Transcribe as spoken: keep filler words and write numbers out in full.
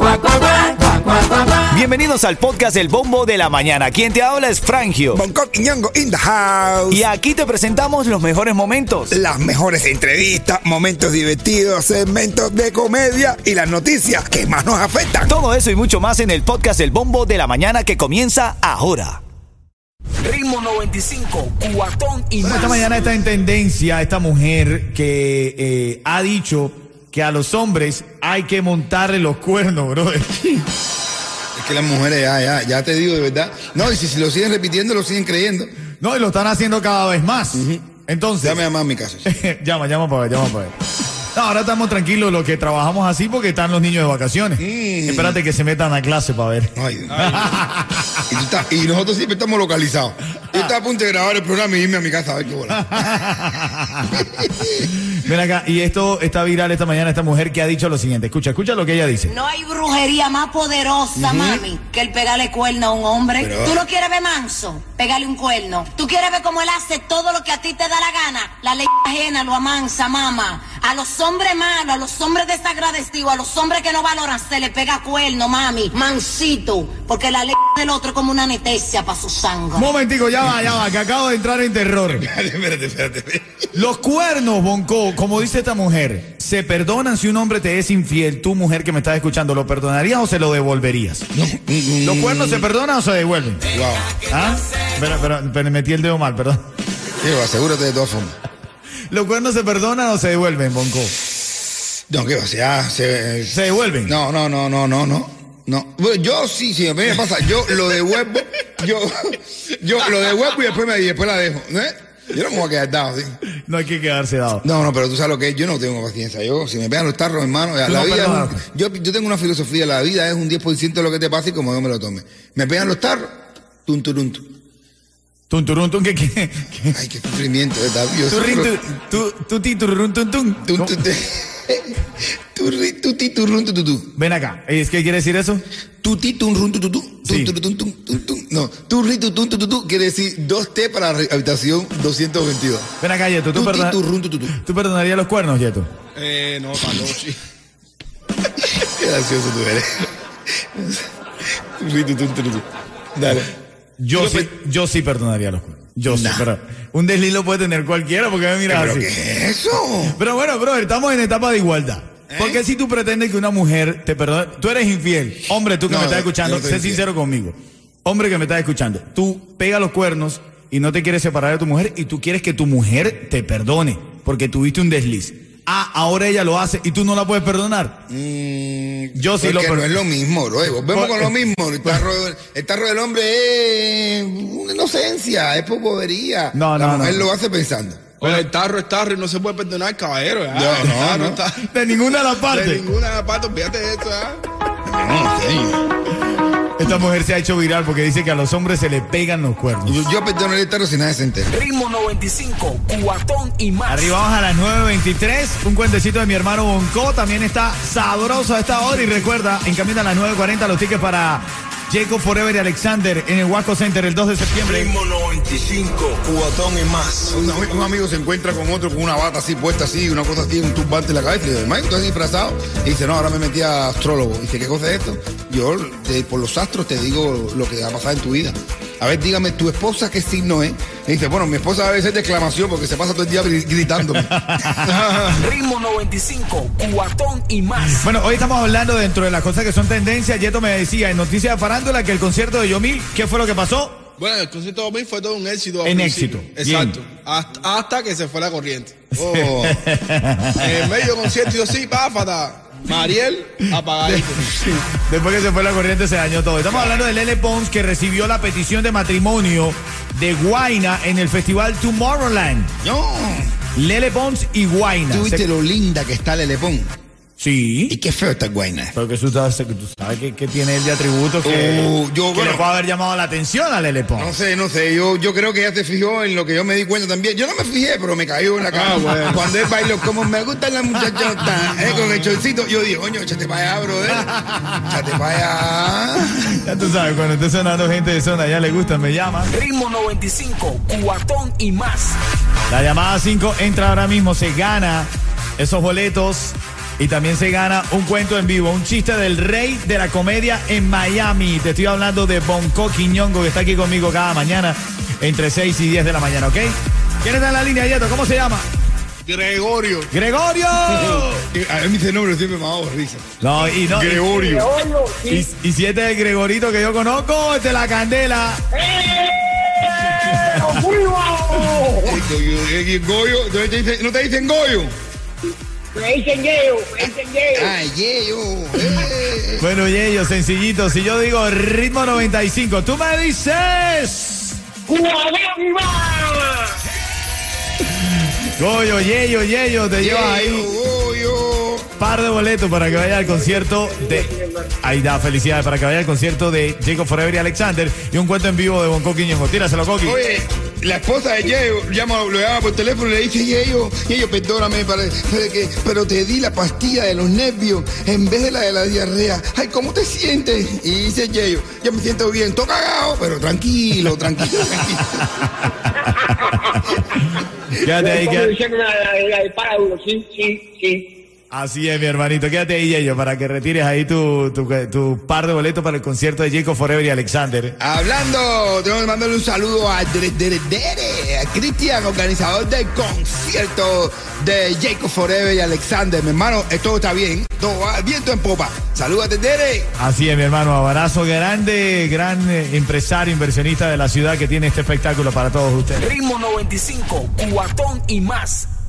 Bienvenidos al podcast El Bombo de la Mañana. Quien te habla es Frangio. Bonco y Ñongo in the house. Y aquí te presentamos los mejores momentos. Las mejores entrevistas, momentos divertidos, segmentos de comedia y las noticias que más nos afectan. Todo eso y mucho más en el podcast El Bombo de la Mañana que comienza ahora. Ritmo noventa y cinco, cuatón y bueno, más. Esta mañana está en tendencia esta mujer que eh, ha dicho que a los hombres hay que montarle los cuernos, brother. Es que las mujeres, ya, ya, ya te digo de verdad. No, y si, si lo siguen repitiendo, lo siguen creyendo. No, y lo están haciendo cada vez más. Uh-huh. Entonces. Llame a más mi casa. llama, llama para ver, llama para ver. No, ahora estamos tranquilos los que trabajamos así porque están los niños de vacaciones. Mm. Espérate que se metan a clase para ver. Ay, ay. y, tú estás, y nosotros siempre estamos localizados. Yo estaba a punto de grabar el programa y irme a mi casa a ver qué bola. Ven acá, y esto está viral esta mañana, esta mujer que ha dicho lo siguiente. Escucha, escucha lo que ella dice. No hay brujería más poderosa, uh-huh. mami, que el pegarle cuerno a un hombre. Pero... ¿Tú lo quieres ver manso? Pégale un cuerno. ¿Tú quieres ver cómo él hace todo lo que a ti te da la gana? La ley ajena lo amansa, mamá. A los hombres malos, a los hombres desagradecidos, a los hombres que no valoran, se le pega cuerno, mami. Mansito. Porque la ley del otro es como una anestesia para su sangre. Un momentico, ya va, ya va, que acabo de entrar en terror. Espérate, espérate, espérate. Los cuernos, Bonco, como dice esta mujer, ¿se perdonan si un hombre te es infiel? Tú, mujer que me estás escuchando, ¿lo perdonarías o se lo devolverías? No. ¿Los cuernos se perdonan o se devuelven? Wow. ¿Ah? Pero, pero, pero metí el dedo mal, perdón. Sí, asegúrate de todas formas. ¿Los cuernos se perdonan o se devuelven, Bonco? No, ¿qué va? Ya, se, ¿Se devuelven? No, no, no, no, no, no. No. Bueno, yo sí, sí, a mí me pasa. Yo lo devuelvo, yo, yo lo devuelvo y después, me, y después la dejo. ¿Eh? Yo no me voy a quedar dado, ¿sí? No hay que quedarse dado. No, no, pero tú sabes lo que es. Yo no tengo paciencia. Yo, si me pegan los tarros, hermano, la no, vida es un, yo, yo tengo una filosofía. La vida es un diez por ciento de lo que te pasa y como yo me lo tome. Me pegan los tarros, tum, turum, tum. Tum, turum, tum, ¿qué, qué, qué? Ay, qué sufrimiento, ¿verdad? Tuti, turum, tum, tum. Tuti, turrun, tu, tu, tu. Ven acá. ¿Qué quiere decir eso? Tuti, turrun, tu, tu, tu. No, turri, tu, tu, tu, tu, quiere decir dos T para la habitación doscientos veintidós. Ven acá, Yeto. ¿Tú, perdona, turrun, tu, tu, tu. ¿Tú perdonarías los cuernos, Yeto? Eh, no, palo, sí. Qué gracioso tú eres. Turri, tu, tu, tu, tu. Dale. Yo, sí, yo sí perdonaría los cuernos. Yo nah. sí, pero un desliz lo puede tener cualquiera porque me miras ¿Pero así. ¿Qué es eso? Pero bueno, brother, estamos en etapa de igualdad. ¿Eh? Porque si tú pretendes que una mujer te perdone, tú eres infiel. Hombre, tú que no, me estás escuchando, no sé infiel. Sincero conmigo. Hombre que me estás escuchando, tú pegas los cuernos y no te quieres separar de tu mujer y tú quieres que tu mujer te perdone porque tuviste un desliz. Ah, ahora ella lo hace y tú no la puedes perdonar. Mm, Yo sí lo perdono. No es lo mismo, bro. Volvemos con lo mismo. El tarro, el tarro del hombre es una inocencia, es pocovería. No, la no, mujer no. lo hace pensando. Bueno, el tarro es tarro y no se puede perdonar, caballero. ¿eh? No, no, tarro, no. Tarro. De ninguna de las partes. De ninguna de las partes, fíjate de esto, ¿eh? No, sí. Esta mujer se ha hecho viral porque dice que a los hombres se le pegan los cuernos. Yo, yo perdonaría el tarro sin nadie se entera. Ritmo noventa y cinco, cuatón y más. Arribamos a las nueve veintitrés. Un cuentecito de mi hermano Bonco. También está sabroso a esta hora. Y recuerda, en camino a las nueve cuarenta los tickets para Jacob Forever y Alexander en el Wasco Center el dos de septiembre. Ritmo noventa y cinco, cuatón y más. Un, un amigo se encuentra con otro con una bata así puesta así, una cosa así, un turbante en la cabeza. Y le dice, Mike, tú estás disfrazado. Y dice, no, ahora me metí a astrólogo. Y dice, ¿qué cosa es esto? Yo, te, por los astros, te digo lo que va a pasar en tu vida. A ver, dígame, ¿tu esposa qué signo es? Y dice, bueno, mi esposa debe ser de exclamación porque se pasa todo el día gritándome. Ritmo noventa y cinco, cuatón y más. Bueno, hoy estamos hablando dentro de las cosas que son tendencias. Yeto me decía en Noticias de Farándula que el concierto de Yomil, ¿qué fue lo que pasó? Bueno, el concierto de Yomil fue todo un éxito. En éxito. Exacto. Hasta, hasta que se fue la corriente. Oh. En medio del concierto yo sí, páfata. Mariel, apagadito. Sí. Después que se fue la corriente se dañó todo. Estamos hablando de Lele Pons, que recibió la petición de matrimonio de Guayna en el festival Tomorrowland. No. Lele Pons y Guayna. ¿Tú viste se... lo linda que está Lele Pons? Sí. Y qué feo está Guayna. Pero que tú sabes que, tú sabes que, que tiene él de atributos que, uh, yo, que bueno, le puede haber llamado la atención a Lele Pons. No sé, no sé. Yo, yo creo que ella se fijó en lo que yo me di cuenta también. Yo no me fijé, pero me cayó en la cara. Ah, bueno. Cuando él bailó, como me gustan las muchachotas, eh, con el chorcito, yo dije, coño, échate para allá, brother. Échate para allá. Ya tú sabes, cuando esté sonando gente de zona, ya le gusta, me llama. Ritmo noventa y cinco, cuatón y más. La llamada cinco entra ahora mismo, se gana esos boletos Y también se gana un cuento en vivo, un chiste del rey de la comedia en Miami. Te estoy hablando de Bonco Quiñongo, que está aquí conmigo cada mañana entre seis y diez de la mañana, ¿ok? ¿Quién está en la línea, Yeto? ¿Cómo se llama? Gregorio. ¡Gregorio! A mí me dice nombre, siempre me ha dado risa. No, y no. Gregorio. Gregorio, sí. Y, y si este es el Gregorito que yo conozco, este es la candela. ¡Eh! ¡Vivo! Eh, Goyo, ¿no te dicen, ¿no te dicen Goyo? Me dicen Yeo, me dicen Yeo. Ah, Yeyo. Eh. Bueno, Yeyo, sencillito. Si yo digo ritmo noventa y cinco, tú me dices... ¡Guadalajara! Goyo, Yeyo, Yeyo, te llevas ahí Goyo. par de boletos para que vaya al concierto de... Ahí da, felicidades, para que vaya al concierto de Jacob Forever y Alexander y un cuento en vivo de Bonco Quiñongo. Tíraselo, Coqui. Oye, la esposa de Yeyo llama, lo llama por teléfono y le dice, Yeyo, Yeyo, perdóname, para, para que, pero te di la pastilla de los nervios en vez de la de la diarrea. Ay, ¿cómo te sientes? Y dice Yeyo, yo me siento bien, todo cagado, pero tranquilo, tranquilo, tranquilo. Quédate ahí, quédate. Sí, sí, sí. Así es, mi hermanito. Quédate ahí, Yeyo, para que retires ahí tu, tu, tu par de boletos para el concierto de Jacob Forever y Alexander. Hablando, tengo que mandarle un saludo a Dere, Dere, Dere, a Cristian, organizador del concierto de Jacob Forever y Alexander. Mi hermano, todo está bien, todo va viento en popa. Salúdate, Dere. Así es, mi hermano. Abrazo grande, gran eh, empresario, inversionista de la ciudad que tiene este espectáculo para todos ustedes. Ritmo noventa y cinco, Cubatón y más.